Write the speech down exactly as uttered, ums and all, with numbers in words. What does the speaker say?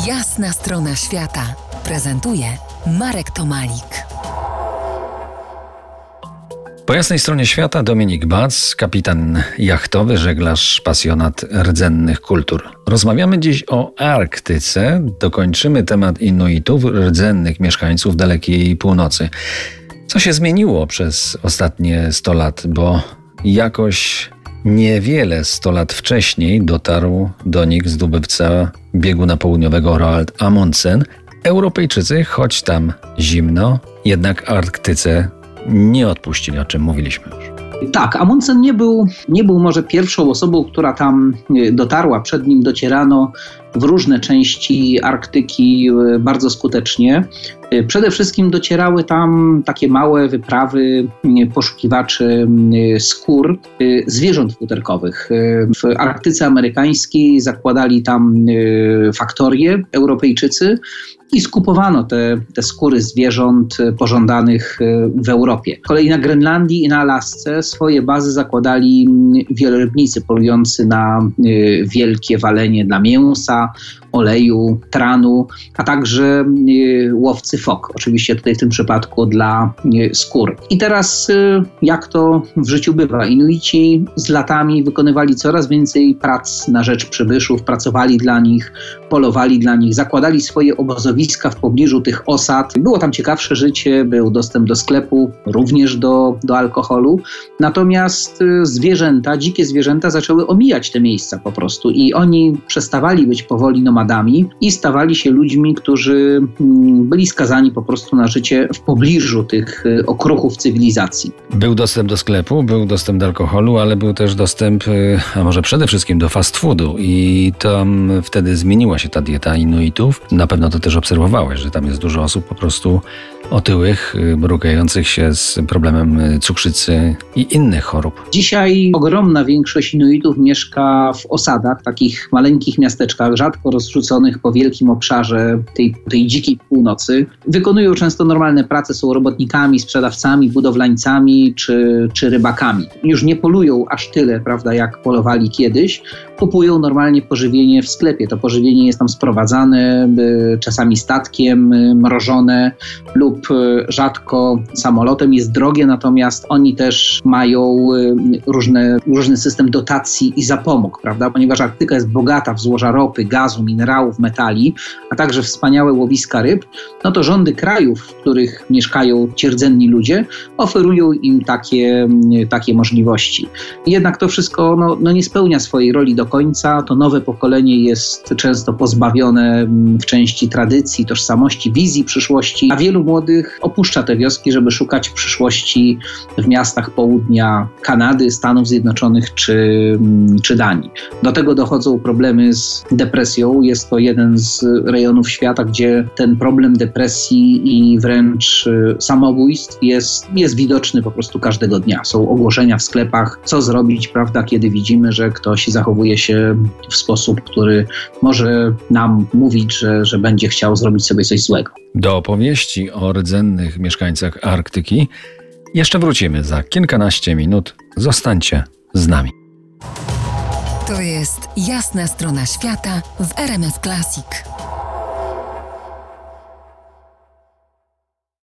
Jasna strona świata prezentuje Marek Tomalik. Po jasnej stronie świata Dominik Bac, kapitan jachtowy, żeglarz, pasjonat rdzennych kultur. Rozmawiamy dziś o Arktyce. Dokończymy temat Inuitów, rdzennych mieszkańców dalekiej północy. Co się zmieniło przez ostatnie sto lat, bo jakoś niewiele sto lat wcześniej dotarł do nich zdobywca bieguna południowego Roald Amundsen. Europejczycy, choć tam zimno, jednak Arktyce nie odpuścili, o czym mówiliśmy już. Tak, Amundsen nie był, nie był może pierwszą osobą, która tam dotarła. Przed nim docierano w różne części Arktyki bardzo skutecznie. Przede wszystkim docierały tam takie małe wyprawy poszukiwaczy skór zwierząt futerkowych. W Arktyce amerykańskiej zakładali tam faktorie Europejczycy i skupowano te, te skóry zwierząt pożądanych w Europie. Z kolei na Grenlandii i na Alasce swoje bazy zakładali wielorybnicy polujący na wielkie walenie dla mięsa, oleju, tranu, a także łowcy fok. Oczywiście tutaj w tym przypadku dla skór. I teraz jak to w życiu bywa? Inuici z latami wykonywali coraz więcej prac na rzecz przybyszów, pracowali dla nich, polowali dla nich, zakładali swoje obozowiska w pobliżu tych osad. Było tam ciekawsze życie, był dostęp do sklepu, również do, do alkoholu. Natomiast zwierzęta, dzikie zwierzęta zaczęły omijać te miejsca po prostu i oni przestawali być powoli nomadami i stawali się ludźmi, którzy byli skazani po prostu na życie w pobliżu tych okruchów cywilizacji. Był dostęp do sklepu, był dostęp do alkoholu, ale był też dostęp, a może przede wszystkim do fast foodu i tam wtedy zmieniła się ta dieta Inuitów. Na pewno to też obserwowałeś, że tam jest dużo osób po prostu otyłych, borykających się z problemem cukrzycy i innych chorób. Dzisiaj ogromna większość Inuitów mieszka w osadach, takich maleńkich miasteczkach, rzadko rozrzuconych po wielkim obszarze tej, tej dzikiej północy. Wykonują często normalne prace, są robotnikami, sprzedawcami, budowlańcami czy, czy rybakami. Już nie polują aż tyle, prawda, jak polowali kiedyś. Kupują normalnie pożywienie w sklepie. To pożywienie jest tam sprowadzane, czasami statkiem, mrożone lub rzadko samolotem. Jest drogie, natomiast oni też mają różne, różny system dotacji i zapomóg, prawda? Ponieważ Arktyka jest bogata w złoża ropy, gazu, minerałów, metali, a także wspaniałe łowiska ryb, no to rządy krajów, w których mieszkają ci rdzenni ludzie, oferują im takie, takie możliwości. Jednak to wszystko no, no nie spełnia swojej roli do końca. To nowe pokolenie jest często pozbawione w części tradycji, tożsamości, wizji przyszłości, a wielu młodych opuszcza te wioski, żeby szukać przyszłości w miastach południa Kanady, Stanów Zjednoczonych czy, czy Danii. Do tego dochodzą problemy z depresją. Jest to jeden z rejonów świata, gdzie ten problem depresji i wręcz samobójstw jest, jest widoczny po prostu każdego dnia. Są ogłoszenia w sklepach, co zrobić, prawda, kiedy widzimy, że ktoś zachowuje się w sposób, który może nam mówić, że, że będzie chciał zrobić sobie coś złego. Do opowieści o rdzennych mieszkańcach Arktyki jeszcze wrócimy za kilkanaście minut. Zostańcie z nami. To jest Jasna strona świata w R M F Classic.